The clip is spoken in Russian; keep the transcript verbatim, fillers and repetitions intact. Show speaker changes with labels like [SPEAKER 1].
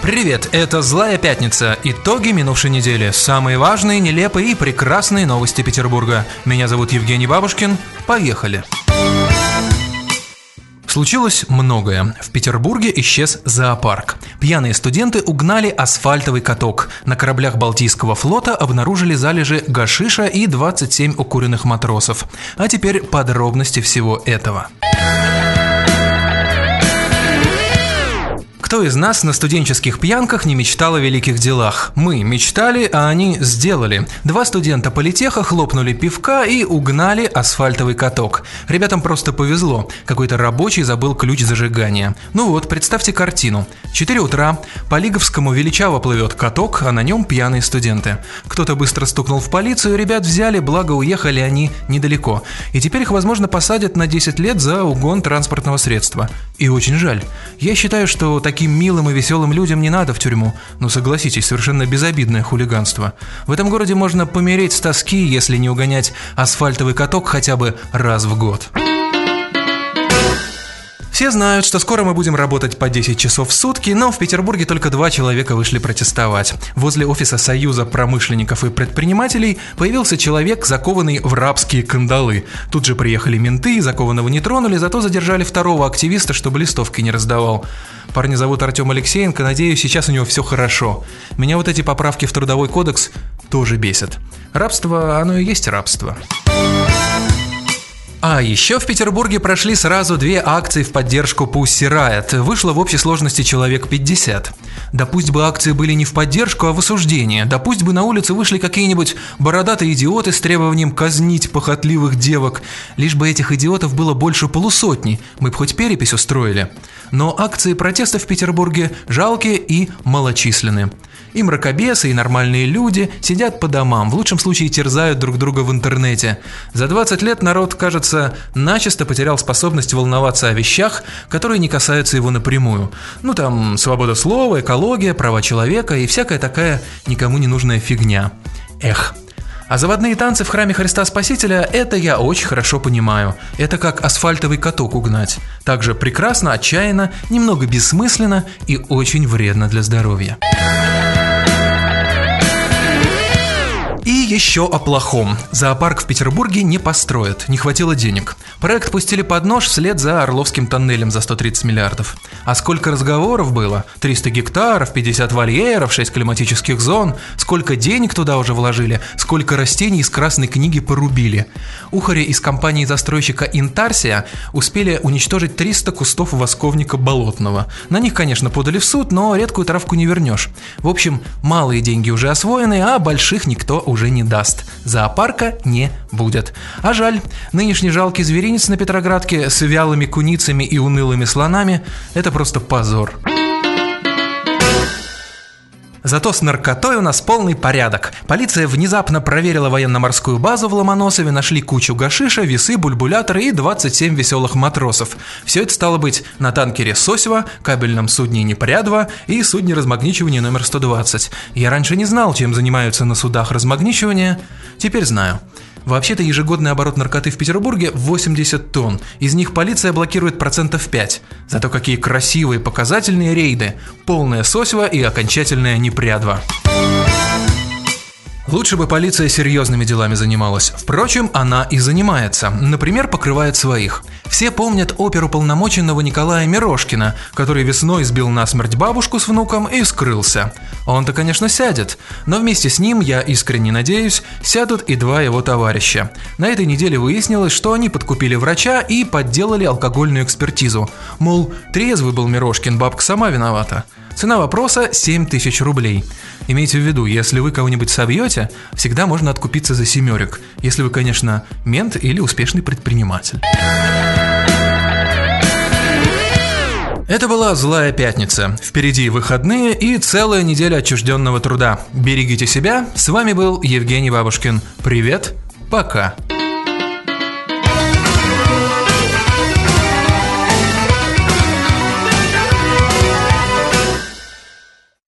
[SPEAKER 1] Привет, это «Злая пятница». Итоги минувшей недели. Самые важные, нелепые и прекрасные новости Петербурга. Меня зовут Евгений Бабушкин. Поехали. Случилось многое. В Петербурге исчез зоопарк. Пьяные студенты угнали асфальтовый каток. На кораблях Балтийского флота обнаружили залежи гашиша и двадцать семь укуренных матросов. А теперь подробности всего этого. Кто из нас на студенческих пьянках не мечтал о великих делах? Мы мечтали, а они сделали. Два студента политеха хлопнули пивка и угнали асфальтовый каток. Ребятам просто повезло. Какой-то рабочий забыл ключ зажигания. Ну вот, представьте картину. четыре утра, по Лиговскому величаво плывет каток, а на нем пьяные студенты. Кто-то быстро стукнул в полицию, ребят взяли, благо уехали они недалеко. И теперь их, возможно, посадят на десять лет за угон транспортного средства. И очень жаль. Я считаю, что такие Таким милым и веселым людям не надо в тюрьму. Ну согласитесь, совершенно безобидное хулиганство. В этом городе можно помереть с тоски, если не угонять асфальтовый каток хотя бы раз в год. Все знают, что скоро мы будем работать по десять часов в сутки, но в Петербурге только два человека вышли протестовать. Возле офиса Союза промышленников и предпринимателей появился человек, закованный в рабские кандалы. Тут же приехали менты, закованного не тронули, зато задержали второго активиста, чтобы листовки не раздавал. Парня зовут Артем Алексеенко, надеюсь, сейчас у него все хорошо. Меня вот эти поправки в Трудовой кодекс тоже бесят. Рабство, оно и есть рабство. А еще в Петербурге прошли сразу две акции в поддержку Pussy Riot. Вышло в общей сложности человек пятьдесят. Да пусть бы акции были не в поддержку, а в осуждение. Да пусть бы на улице вышли какие-нибудь бородатые идиоты с требованием казнить похотливых девок. Лишь бы этих идиотов было больше полусотни, мы бы хоть перепись устроили. Но акции протеста в Петербурге жалкие и малочисленны. И мракобесы, и нормальные люди сидят по домам, в лучшем случае терзают друг друга в интернете. За двадцать лет народ, кажется, начисто потерял способность волноваться о вещах, которые не касаются его напрямую. Ну там, свобода слова, экология, права человека и всякая такая никому не нужная фигня. Эх. А заводные танцы в храме Христа Спасителя – это я очень хорошо понимаю. Это как асфальтовый каток угнать. Также прекрасно, отчаянно, немного бессмысленно и очень вредно для здоровья. И еще о плохом. Зоопарк в Петербурге не построят, не хватило денег. Проект пустили под нож вслед за Орловским тоннелем за сто тридцать миллиардов. А сколько разговоров было? триста гектаров, пятьдесят вольеров, шесть климатических зон. Сколько денег туда уже вложили, сколько растений из Красной книги порубили. Ухари из компании-застройщика Интарсия успели уничтожить триста кустов восковника болотного. На них, конечно, подали в суд, но редкую травку не вернешь. В общем, малые деньги уже освоены, а больших никто уже не даст. Зоопарка не будет. А жаль, нынешний жалкий зверинец на Петроградке с вялыми куницами и унылыми слонами – это просто позор. Зато с наркотой у нас полный порядок. Полиция внезапно проверила военно-морскую базу в Ломоносове, нашли кучу гашиша, весы, бульбуляторы и двадцать семь веселых матросов. Все это стало быть на танкере Сосева, кабельном судне Непря-два и судне размагничивания номер сто двадцать. Я раньше не знал, чем занимаются на судах размагничивания, теперь знаю. Вообще-то ежегодный оборот наркоты в Петербурге восемьдесят тонн. Из них полиция блокирует процентов пять. Зато какие красивые показательные рейды. Полное Сосево и окончательное Непря-два. Лучше бы полиция серьезными делами занималась. Впрочем, она и занимается. Например, покрывает своих. Все помнят оперуполномоченного Николая Мирошкина, который весной сбил насмерть бабушку с внуком и скрылся. Он-то, конечно, сядет, но вместе с ним, я искренне надеюсь, сядут и два его товарища. На этой неделе выяснилось, что они подкупили врача и подделали алкогольную экспертизу. Мол, трезвый был Мирошкин, бабка сама виновата. Цена вопроса – семь тысяч рублей. Имейте в виду, если вы кого-нибудь собьете, всегда можно откупиться за семерик, если вы, конечно, мент или успешный предприниматель. Это была «Злая пятница». Впереди выходные и целая неделя отчужденного труда. Берегите себя. С вами был Евгений Бабушкин. Привет, пока.